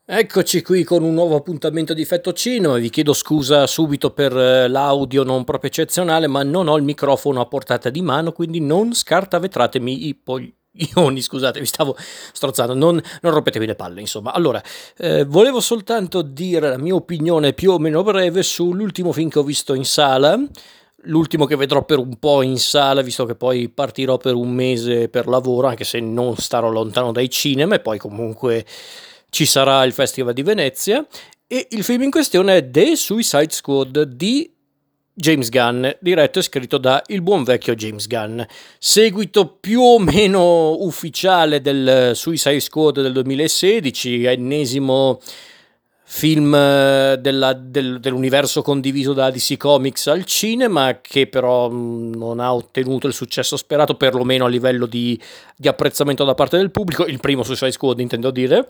Eccoci qui con un nuovo appuntamento di Fetto Cinema. Vi chiedo scusa subito per l'audio non proprio eccezionale, ma non ho il microfono a portata di mano, quindi non scartavetratemi i poglioni, scusate, vi stavo strozzando, non rompetemi le palle, insomma. Allora, volevo soltanto dire la mia opinione più o meno breve sull'ultimo film che ho visto in sala, l'ultimo che vedrò per un po' in sala, visto che poi partirò per un mese per lavoro, anche se non starò lontano dai cinema, e poi comunque ci sarà il Festival di Venezia. E il film in questione è The Suicide Squad di James Gunn, diretto e scritto da il buon vecchio James Gunn, seguito più o meno ufficiale del Suicide Squad del 2016, ennesimo film dell'universo condiviso da DC Comics al cinema, che però non ha ottenuto il successo sperato, perlomeno a livello di apprezzamento da parte del pubblico. Il primo Suicide Squad, intendo dire.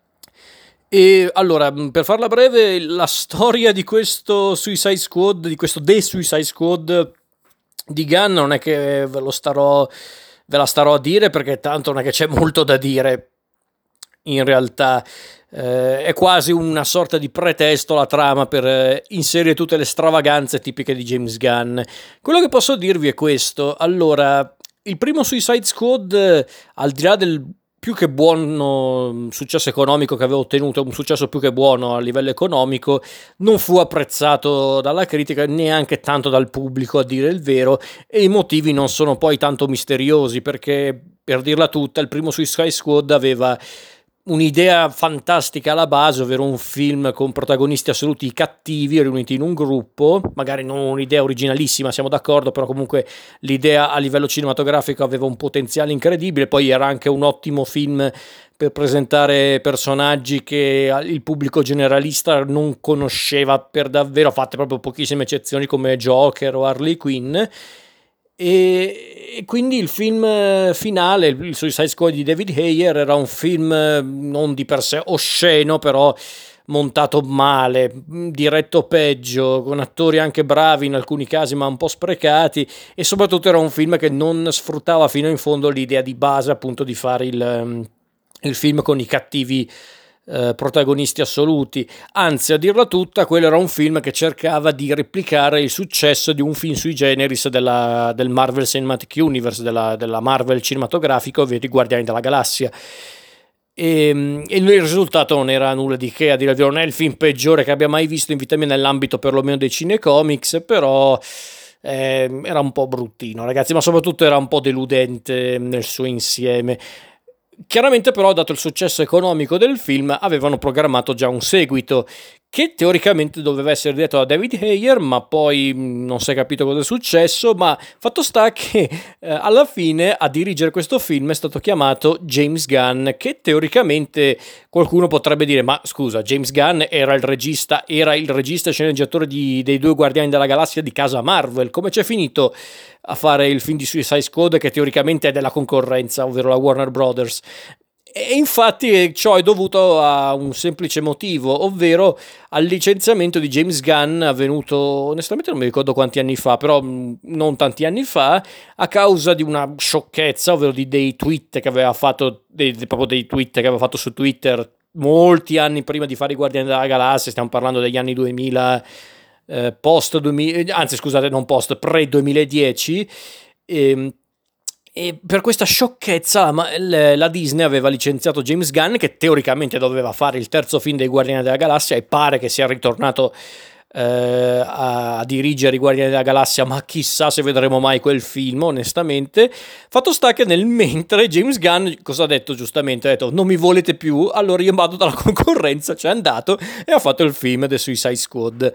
E allora, per farla breve, la storia di questo Suicide Squad, di questo The Suicide Squad di Gunn, non è che ve la starò a dire, perché tanto non è che c'è molto da dire. In realtà è quasi una sorta di pretesto la trama per inserire tutte le stravaganze tipiche di James Gunn. Quello che posso dirvi è questo. Allora, il primo Suicide Squad, al di là del più che buono successo economico che aveva ottenuto, un successo più che buono a livello economico, non fu apprezzato dalla critica, neanche tanto dal pubblico, a dire il vero, e i motivi non sono poi tanto misteriosi, perché, per dirla tutta, il primo Suicide Squad aveva un'idea fantastica alla base, ovvero un film con protagonisti assoluti cattivi riuniti in un gruppo, magari non un'idea originalissima, siamo d'accordo, però comunque l'idea a livello cinematografico aveva un potenziale incredibile. Poi era anche un ottimo film per presentare personaggi che il pubblico generalista non conosceva per davvero, fatte proprio pochissime eccezioni come Joker o Harley Quinn. E quindi il film finale, il Suicide Squad di David Ayer, era un film non di per sé osceno, però montato male, diretto peggio, con attori anche bravi in alcuni casi ma un po' sprecati, e soprattutto era un film che non sfruttava fino in fondo l'idea di base, appunto, di fare il film con i cattivi protagonisti assoluti. Anzi, a dirla tutta, quello era un film che cercava di replicare il successo di un film sui generis del Marvel Cinematic Universe, della Marvel cinematografica, ovvero i Guardiani della Galassia. E il risultato non era nulla di che, a dire il vero. Non è il film peggiore che abbia mai visto in vita mia, nell'ambito perlomeno dei cinecomics, però era un po' bruttino, ragazzi, ma soprattutto era un po' deludente nel suo insieme. Chiaramente però, dato il successo economico del film, avevano programmato già un seguito che teoricamente doveva essere diretto da David Ayer, ma poi non si è capito cosa è successo. Ma fatto sta che alla fine a dirigere questo film è stato chiamato James Gunn, che teoricamente qualcuno potrebbe dire: ma scusa, James Gunn era il regista e sceneggiatore dei due Guardiani della Galassia di casa Marvel, come c'è finito a fare il film di Suicide Squad, che teoricamente è della concorrenza, ovvero la Warner Brothers? E infatti ciò è dovuto a un semplice motivo, ovvero al licenziamento di James Gunn, avvenuto onestamente non mi ricordo quanti anni fa, però non tanti anni fa, a causa di una sciocchezza, ovvero dei tweet che aveva fatto, proprio dei tweet che aveva fatto su Twitter molti anni prima di fare i Guardiani della Galassia. Stiamo parlando degli anni 2000, post 2000, anzi scusate, non post, pre 2010. E per questa sciocchezza la Disney aveva licenziato James Gunn, che teoricamente doveva fare il terzo film dei Guardiani della Galassia, e pare che sia ritornato a dirigere i Guardiani della Galassia, ma chissà se vedremo mai quel film, onestamente. Fatto sta che nel mentre James Gunn cosa ha detto? Giustamente ha detto: non mi volete più, allora io vado dalla concorrenza. C'è andato e ha fatto il film The Suicide Squad,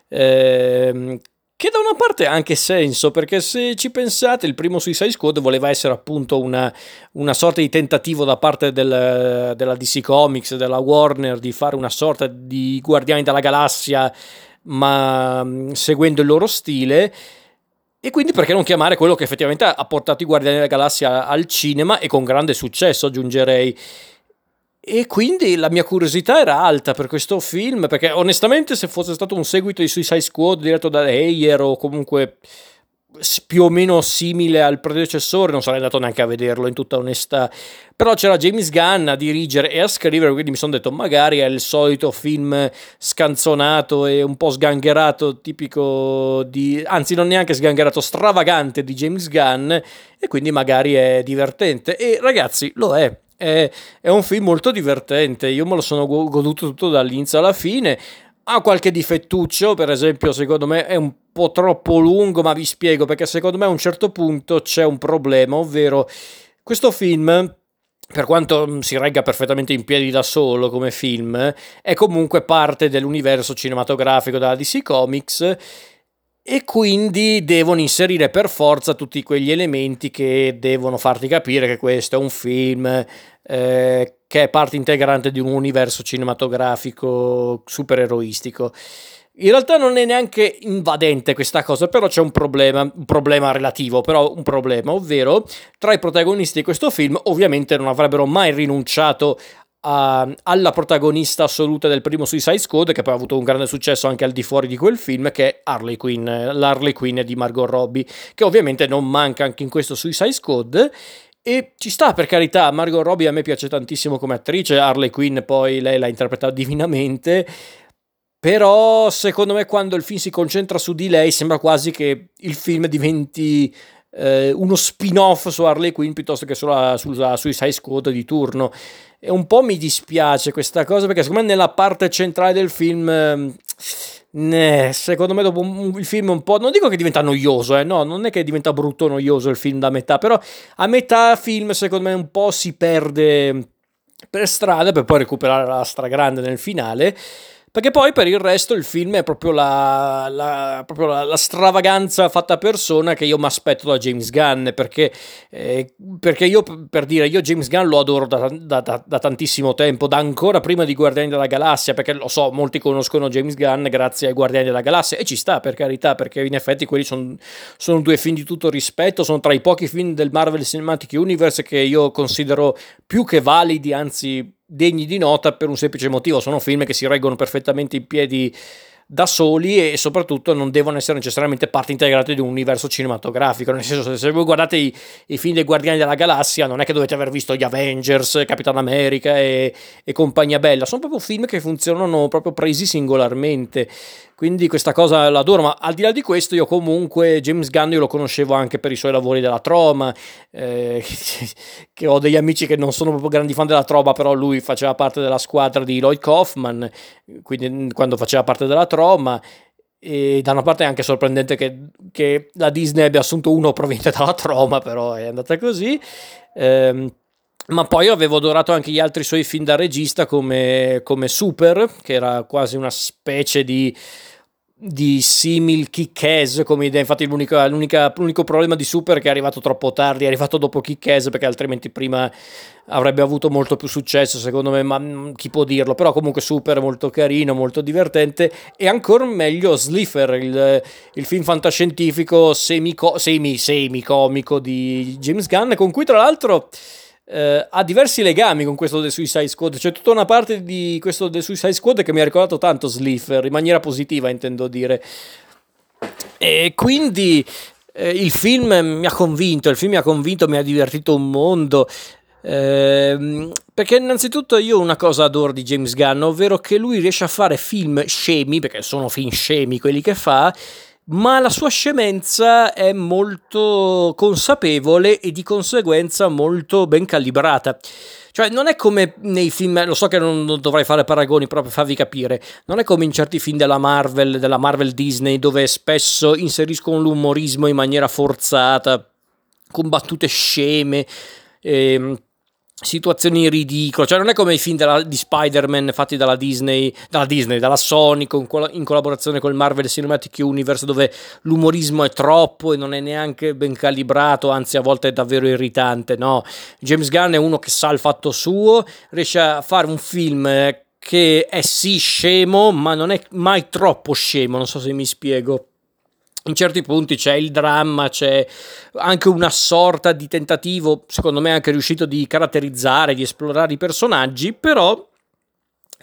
che da una parte ha anche senso, perché se ci pensate, il primo Suicide Squad voleva essere appunto una sorta di tentativo da parte della DC Comics, della Warner, di fare una sorta di Guardiani della Galassia, ma seguendo il loro stile. E quindi perché non chiamare quello che effettivamente ha portato i Guardiani della Galassia al cinema, e con grande successo, aggiungerei. E quindi la mia curiosità era alta per questo film, perché onestamente se fosse stato un seguito di Suicide Squad diretto da Ayer, o comunque più o meno simile al predecessore, non sarei andato neanche a vederlo in tutta onestà, però c'era James Gunn a dirigere e a scrivere, quindi mi sono detto magari è il solito film scanzonato e un po' sgangherato, tipico di, anzi non neanche sgangherato, stravagante di James Gunn, e quindi magari è divertente, e ragazzi lo è. È un film molto divertente, io me lo sono goduto tutto dall'inizio alla fine. Ha qualche difettuccio, per esempio secondo me è un po' troppo lungo, ma vi spiego perché secondo me a un certo punto c'è un problema, ovvero questo film, per quanto si regga perfettamente in piedi da solo come film, è comunque parte dell'universo cinematografico della DC Comics, e quindi devono inserire per forza tutti quegli elementi che devono farti capire che questo è un film che è parte integrante di un universo cinematografico supereroistico. In realtà non è neanche invadente questa cosa, però c'è un problema relativo, però un problema, ovvero tra i protagonisti di questo film ovviamente non avrebbero mai rinunciato alla protagonista assoluta del primo Suicide Squad, che poi ha avuto un grande successo anche al di fuori di quel film, che è Harley Quinn, l'Harley Quinn di Margot Robbie, che ovviamente non manca anche in questo Suicide Squad. E ci sta, per carità, Margot Robbie a me piace tantissimo come attrice, Harley Quinn poi lei l'ha interpretata divinamente, però secondo me quando il film si concentra su di lei sembra quasi che il film diventi uno spin-off su Harley Quinn piuttosto che sulla Suicide Squad di turno. E un po' mi dispiace questa cosa, perché secondo me nella parte centrale del film secondo me dopo il film un po', non dico che diventa noioso, no, non è che diventa brutto o noioso il film da metà, però a metà film secondo me un po' si perde per strada per poi recuperare la stragrande nel finale. Perché poi per il resto il film è proprio la stravaganza fatta persona che io mi aspetto da James Gunn, perché io, per dire, io James Gunn lo adoro da tantissimo tempo, da ancora prima di Guardiani della Galassia, perché lo so, molti conoscono James Gunn grazie ai Guardiani della Galassia, e ci sta, per carità, perché in effetti quelli sono due film di tutto rispetto, sono tra i pochi film del Marvel Cinematic Universe che io considero più che validi, anzi degni di nota, per un semplice motivo: sono film che si reggono perfettamente in piedi da soli e soprattutto non devono essere necessariamente parte integrante di un universo cinematografico, nel senso, se voi guardate i film dei Guardiani della Galassia non è che dovete aver visto gli Avengers, Capitan America e compagnia bella, sono proprio film che funzionano proprio presi singolarmente, quindi questa cosa l'adoro. Ma al di là di questo, io comunque James Gunn io lo conoscevo anche per i suoi lavori della Troma, che ho degli amici che non sono proprio grandi fan della Troma, però lui faceva parte della squadra di Lloyd Kaufman, quindi quando faceva parte della Troma. E da una parte è anche sorprendente che la Disney abbia assunto uno proveniente dalla Troma, però è andata così. Ma poi avevo adorato anche gli altri suoi film da regista come Super, che era quasi una specie di simil Kick-Ass come idea. Infatti l'unico problema di Super è che è arrivato troppo tardi, è arrivato dopo Kick-Ass, perché altrimenti prima avrebbe avuto molto più successo secondo me, ma chi può dirlo. Però comunque Super è molto carino, molto divertente, e ancora meglio Slifer, il film fantascientifico semi-comico di James Gunn, con cui tra l'altro ha diversi legami con questo The Suicide Squad. C'è tutta una parte di questo The Suicide Squad che mi ha ricordato tanto Slifer, in maniera positiva intendo dire, e quindi il film mi ha convinto, mi ha divertito un mondo, perché innanzitutto io una cosa adoro di James Gunn, ovvero che lui riesce a fare film scemi, perché sono film scemi quelli che fa, ma la sua scemenza è molto consapevole e di conseguenza molto ben calibrata. Cioè non è come nei film, lo so che non dovrei fare paragoni, però per farvi capire, non è come in certi film della Marvel Disney, dove spesso inseriscono l'umorismo in maniera forzata, con battute sceme, situazioni ridicole. Cioè non è come i film di Spider-Man fatti dalla Sony in collaborazione con il Marvel Cinematic Universe, dove l'umorismo è troppo e non è neanche ben calibrato, anzi a volte è davvero irritante. No, James Gunn è uno che sa il fatto suo, riesce a fare un film che è sì scemo, ma non è mai troppo scemo, non so se mi spiego. In certi punti c'è il dramma, c'è anche una sorta di tentativo, secondo me anche riuscito, di caratterizzare, di esplorare i personaggi, però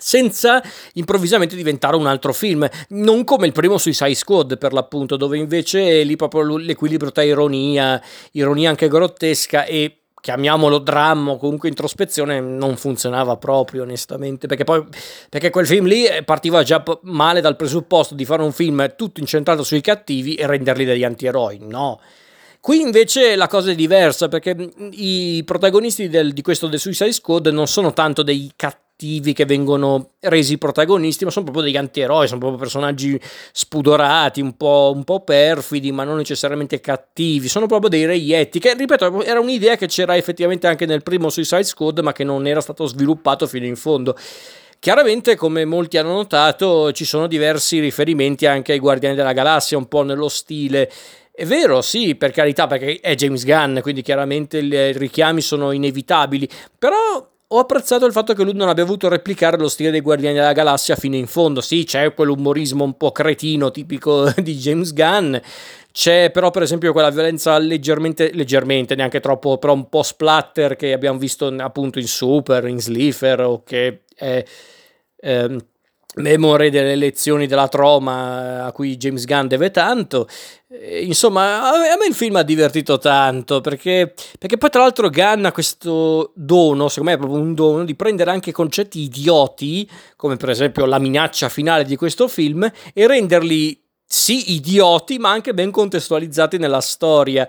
senza improvvisamente diventare un altro film, non come il primo Suicide Squad per l'appunto, dove invece lì proprio l'equilibrio tra ironia anche grottesca e chiamiamolo dramma o comunque introspezione non funzionava proprio onestamente, perché quel film lì partiva già male dal presupposto di fare un film tutto incentrato sui cattivi e renderli degli antieroi. No, qui invece la cosa è diversa, perché i protagonisti di questo The Suicide Squad non sono tanto dei cattivi che vengono resi protagonisti, ma sono proprio degli antieroi, sono proprio personaggi spudorati, un po' perfidi, ma non necessariamente cattivi, sono proprio dei reietti, che ripeto era un'idea che c'era effettivamente anche nel primo Suicide Squad, ma che non era stato sviluppato fino in fondo. Chiaramente, come molti hanno notato, ci sono diversi riferimenti anche ai Guardiani della Galassia, un po' nello stile. È vero, sì, per carità, perché è James Gunn, quindi chiaramente i richiami sono inevitabili, però ho apprezzato il fatto che lui non abbia voluto replicare lo stile dei Guardiani della Galassia fino in fondo. Sì, c'è quell'umorismo un po' cretino tipico di James Gunn, c'è però per esempio quella violenza leggermente, neanche troppo, però un po' splatter che abbiamo visto appunto in Super, in Slifer, o che è ehm, memore delle lezioni della Troma a cui James Gunn deve tanto. Insomma, a me il film ha divertito tanto, perché poi tra l'altro Gunn ha questo dono, secondo me è proprio un dono, di prendere anche concetti idioti, come per esempio la minaccia finale di questo film, e renderli sì idioti, ma anche ben contestualizzati nella storia.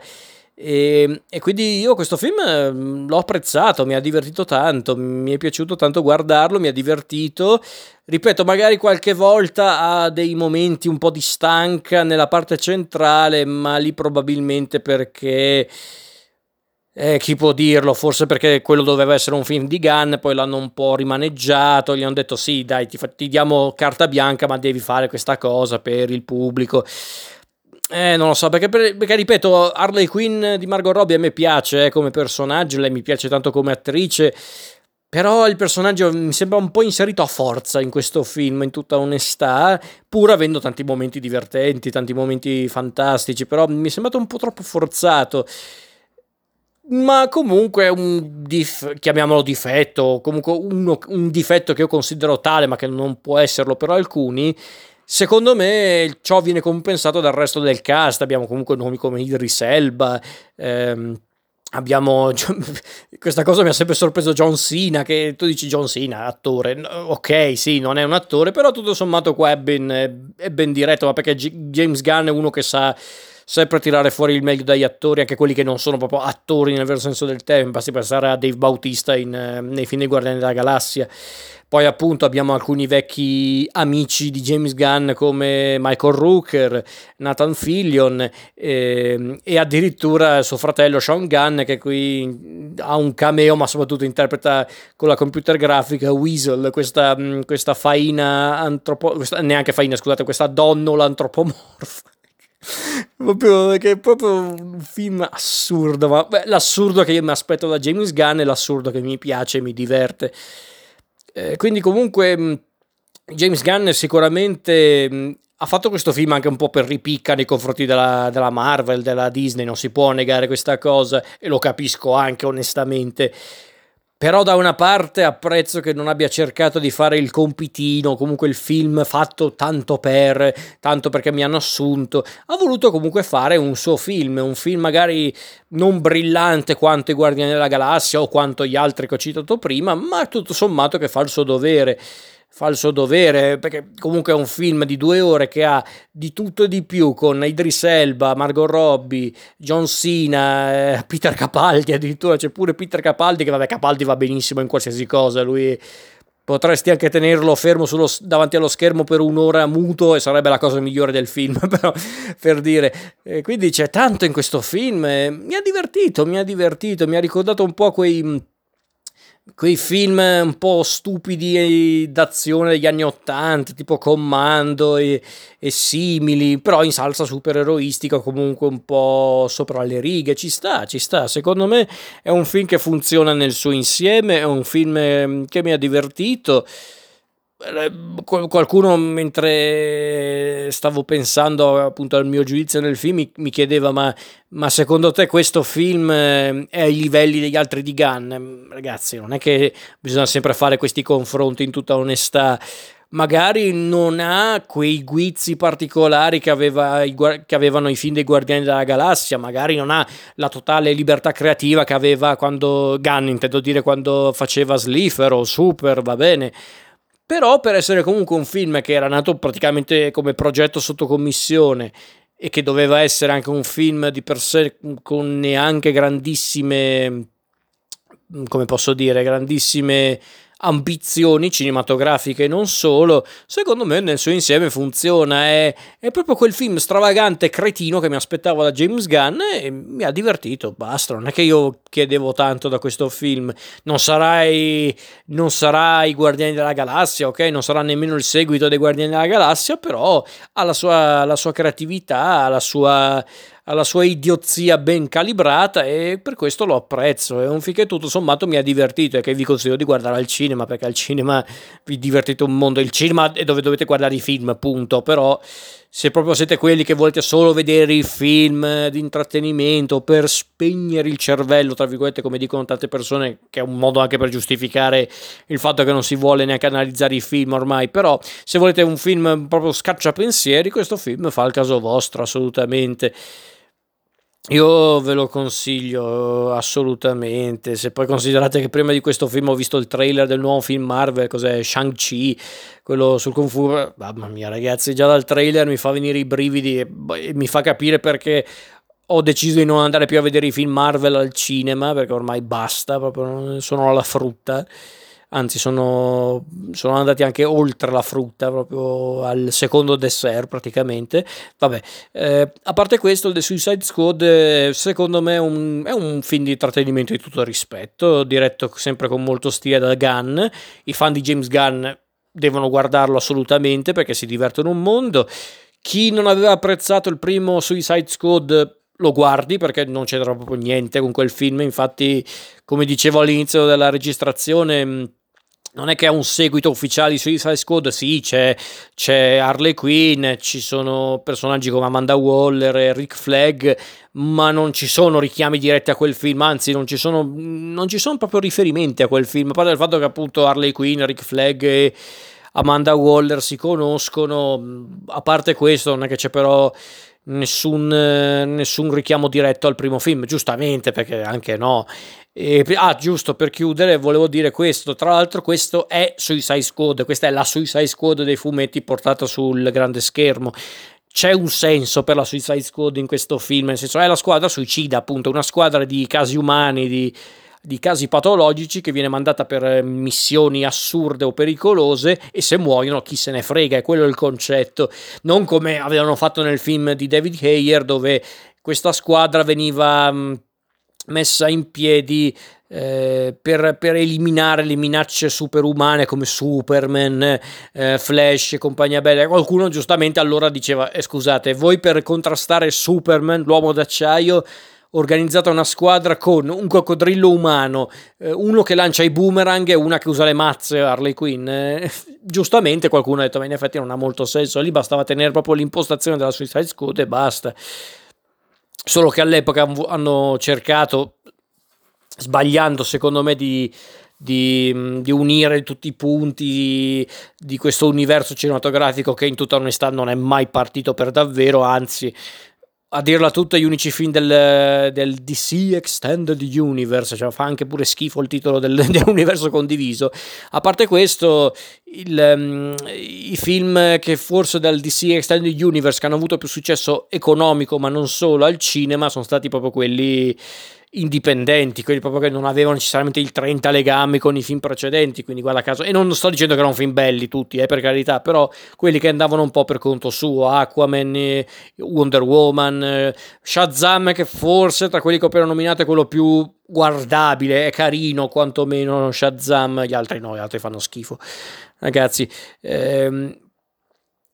E quindi io questo film l'ho apprezzato, mi ha divertito tanto, mi è piaciuto tanto guardarlo, mi ha divertito. Ripeto, magari qualche volta ha dei momenti un po' di stanca nella parte centrale, ma lì probabilmente perché, chi può dirlo, forse perché quello doveva essere un film di Gunn, poi l'hanno un po' rimaneggiato, gli hanno detto sì dai ti diamo carta bianca, ma devi fare questa cosa per il pubblico. Non lo so, perché ripeto, Harley Quinn di Margot Robbie a me piace come personaggio, lei mi piace tanto come attrice, però il personaggio mi sembra un po' inserito a forza in questo film, in tutta onestà, pur avendo tanti momenti divertenti, tanti momenti fantastici, però mi è sembrato un po' troppo forzato. Ma comunque chiamiamolo difetto, o comunque un difetto che io considero tale, ma che non può esserlo per alcuni. Secondo me ciò viene compensato dal resto del cast. Abbiamo comunque nomi come Idris Elba, abbiamo questa cosa mi ha sempre sorpreso, John Cena, che tu dici John Cena, attore, ok sì, non è un attore, però tutto sommato qua è ben diretto, ma perché James Gunn è uno che sa sempre tirare fuori il meglio dagli attori, anche quelli che non sono proprio attori nel vero senso del termine, basti pensare a Dave Bautista nei film dei Guardiani della Galassia. Poi appunto abbiamo alcuni vecchi amici di James Gunn come Michael Rooker, Nathan Fillion, e addirittura suo fratello Sean Gunn, che qui ha un cameo ma soprattutto interpreta con la computer grafica Weasel, questa faina neanche faina, scusate, questa donnola antropomorfa. Che è proprio un film assurdo, ma l'assurdo che io mi aspetto da James Gunn è l'assurdo che mi piace e mi diverte. Quindi comunque James Gunn sicuramente ha fatto questo film anche un po' per ripicca nei confronti della Marvel, della Disney, non si può negare questa cosa e lo capisco anche onestamente. Però da una parte apprezzo che non abbia cercato di fare il compitino, comunque il film fatto tanto perché mi hanno assunto. Ha voluto comunque fare un suo film, un film magari non brillante quanto i Guardiani della Galassia o quanto gli altri che ho citato prima, ma tutto sommato che fa il suo dovere. Fa il suo dovere, perché comunque è un film di 2 ore che ha di tutto e di più, con Idris Elba, Margot Robbie, John Cena, Peter Capaldi, addirittura c'è pure Peter Capaldi, che vabbè, Capaldi va benissimo in qualsiasi cosa, lui potresti anche tenerlo fermo davanti allo schermo per 1 ora muto e sarebbe la cosa migliore del film, però per dire. Quindi c'è tanto in questo film, mi ha divertito, mi ha ricordato un po' quei film un po' stupidi d'azione degli anni '80, tipo Commando e simili, però in salsa supereroistica, comunque un po' sopra le righe. Ci sta, secondo me è un film che funziona nel suo insieme, è un film che mi ha divertito. Qualcuno, mentre stavo pensando appunto al mio giudizio nel film, mi chiedeva ma secondo te questo film è ai livelli degli altri di Gunn? Ragazzi, non è che bisogna sempre fare questi confronti, in tutta onestà. Magari non ha quei guizzi particolari che avevano i film dei Guardiani della Galassia, magari non ha la totale libertà creativa che aveva quando Gunn, intendo dire, quando faceva Slifer o Super, va bene. Però per essere comunque un film che era nato praticamente come progetto sotto commissione e che doveva essere anche un film di per sé con neanche grandissime, come posso dire, grandissime ambizioni cinematografiche e non solo, secondo me nel suo insieme funziona, è proprio quel film stravagante cretino che mi aspettavo da James Gunn e mi ha divertito, basta, non è che io chiedevo tanto da questo film, non sarà i Guardiani della Galassia, ok, non sarà nemmeno il seguito dei Guardiani della Galassia, però ha la sua creatività, ha la sua idiozia ben calibrata e per questo lo apprezzo. È un film che tutto sommato mi ha divertito e che vi consiglio di guardare al cinema, perché al cinema vi divertite un mondo. Il cinema è dove dovete guardare i film, punto. Però se proprio siete quelli che volete solo vedere i film di intrattenimento per spegnere il cervello, tra virgolette, come dicono tante persone, che è un modo anche per giustificare il fatto che non si vuole neanche analizzare i film ormai, però se volete un film proprio scacciapensieri, questo film fa il caso vostro, assolutamente. Io ve lo consiglio assolutamente. Se poi considerate che prima di questo film ho visto il trailer del nuovo film Marvel, cos'è? Shang-Chi, quello sul Kung Fu. Mamma mia, ragazzi, già dal trailer mi fa venire i brividi e mi fa capire perché ho deciso di non andare più a vedere i film Marvel al cinema, perché ormai basta, proprio sono alla frutta. Anzi, sono andati anche oltre la frutta, proprio al secondo dessert praticamente. Vabbè, a parte questo, The Suicide Squad secondo me è un film di intrattenimento di tutto rispetto, diretto sempre con molto stile da Gunn. I fan di James Gunn devono guardarlo assolutamente perché si divertono un mondo. Chi non aveva apprezzato il primo Suicide Squad lo guardi perché non c'era proprio niente con quel film. Infatti, come dicevo all'inizio della registrazione, non è che ha un seguito ufficiale di Suicide Squad. Sì, c'è Harley Quinn, ci sono personaggi come Amanda Waller e Rick Flag, ma non ci sono richiami diretti a quel film, anzi non ci sono proprio riferimenti a quel film, a parte il fatto che appunto Harley Quinn, Rick Flag e Amanda Waller si conoscono. A parte questo non è che c'è però nessun richiamo diretto al primo film, giustamente, perché anche no. Giusto, per chiudere volevo dire questo, tra l'altro questo è Suicide Squad, questa è la Suicide Squad dei fumetti portata sul grande schermo. C'è un senso per la Suicide Squad in questo film, nel senso è la squadra suicida, appunto, una squadra di casi umani, di casi patologici che viene mandata per missioni assurde o pericolose, e se muoiono chi se ne frega, è quello il concetto. Non come avevano fatto nel film di David Ayer, dove questa squadra veniva messa in piedi per eliminare le minacce superumane come Superman, Flash e compagnia bella. Qualcuno giustamente allora diceva scusate, voi per contrastare Superman, l'uomo d'acciaio, organizzata una squadra con un coccodrillo umano, uno che lancia i boomerang e una che usa le mazze, Harley Quinn. Giustamente qualcuno ha detto ma in effetti non ha molto senso, lì bastava tenere proprio l'impostazione della Suicide Squad e basta. Solo che all'epoca hanno cercato, sbagliando secondo me, di unire tutti i punti di questo universo cinematografico che in tutta onestà non è mai partito per davvero, anzi, a dirla tutta, gli unici film del DC Extended Universe, cioè fa anche pure schifo il titolo dell'universo condiviso. A parte questo, i film che forse dal DC Extended Universe che hanno avuto più successo economico, ma non solo, al cinema, sono stati proprio quelli indipendenti, quelli proprio che non avevano necessariamente il 30 legami con i film precedenti, quindi guarda caso, e non sto dicendo che erano film belli tutti, per carità, però quelli che andavano un po' per conto suo, Aquaman, Wonder Woman, Shazam, che forse tra quelli che ho appena nominato è quello più guardabile, è carino quantomeno Shazam, gli altri no, gli altri fanno schifo, ragazzi.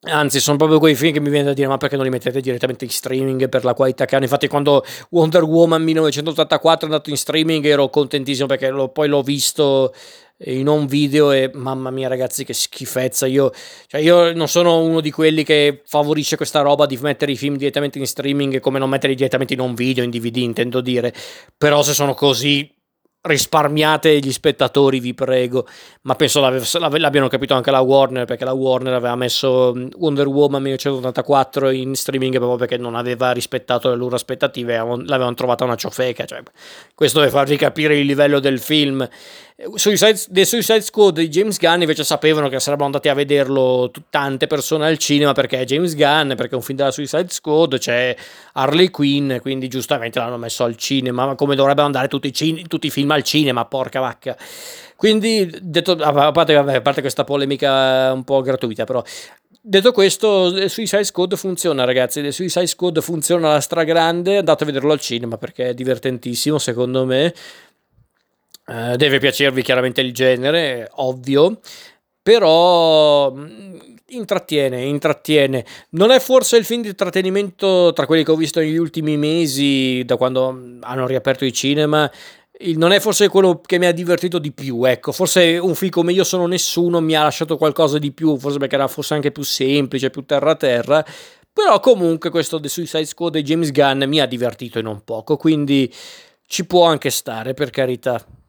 Anzi, sono proprio quei film che mi viene da dire: ma perché non li mettete direttamente in streaming per la qualità che hanno? Infatti, quando Wonder Woman 1984 è andato in streaming, ero contentissimo perché poi l'ho visto in un video e mamma mia, ragazzi, che schifezza. Io non sono uno di quelli che favorisce questa roba di mettere i film direttamente in streaming, come non metterli direttamente in un video, in DVD, intendo dire. Però se sono così, risparmiate gli spettatori, vi prego. Ma penso l'abbiano capito anche la Warner, perché la Warner aveva messo Wonder Woman 1984 in streaming proprio perché non aveva rispettato le loro aspettative, l'avevano trovata una ciofeca. Cioè, questo deve farvi capire il livello del film. The Suicide Squad di James Gunn invece sapevano che sarebbero andati a vederlo tante persone al cinema, perché è James Gunn, perché è un film della Suicide Squad, c'è Harley Quinn, quindi giustamente l'hanno messo al cinema, come dovrebbero andare tutti i film al cinema, porca vacca. Quindi, a parte questa polemica un po' gratuita, però detto questo, The Suicide Squad funziona, ragazzi. The Suicide Squad funziona alla stragrande. Andate a vederlo al cinema perché è divertentissimo, secondo me. Deve piacervi chiaramente il genere, ovvio, però intrattiene. Non è forse il film di intrattenimento tra quelli che ho visto negli ultimi mesi, da quando hanno riaperto i cinema. Non è forse quello che mi ha divertito di più, ecco. Forse un film come Io sono nessuno mi ha lasciato qualcosa di più, forse perché era forse anche più semplice, più terra. Però comunque questo The Suicide Squad di James Gunn mi ha divertito e non poco, quindi ci può anche stare, per carità.